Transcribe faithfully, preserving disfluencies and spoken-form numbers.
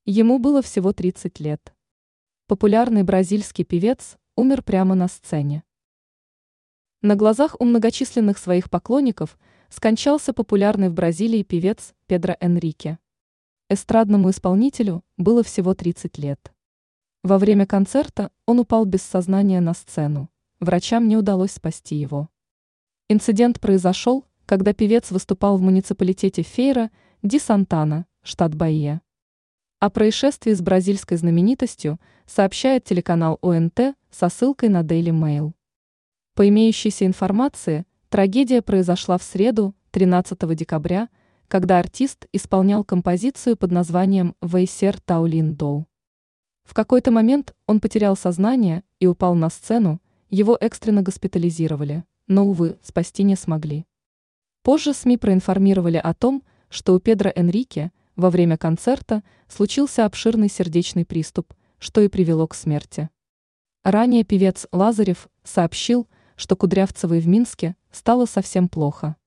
Ему было всего тридцать лет. Популярный бразильский певец умер прямо на сцене. На глазах у многочисленных своих поклонников скончался популярный в Бразилии певец Педро Энрике. Эстрадному исполнителю было всего тридцать лет. Во время концерта он упал без сознания на сцену. Врачам не удалось спасти его. Инцидент произошел, когда певец выступал в муниципалитете Фейра ди Сантана, штат Бахия. О происшествии с бразильской знаменитостью сообщает телеканал О Н Т со ссылкой на Daily Mail. По имеющейся информации, трагедия произошла в среду, тринадцатого декабря, когда артист исполнял композицию под названием «Вейсер Таулиндоу». В какой-то момент он потерял сознание и упал на сцену, его экстренно госпитализировали, но, увы, спасти не смогли. Позже СМИ проинформировали о том, что у Педро Энрике во время концерта случился обширный сердечный приступ, что и привело к смерти. Ранее певец Лазарев сообщил, что Кудрявцевой в Минске стало совсем плохо.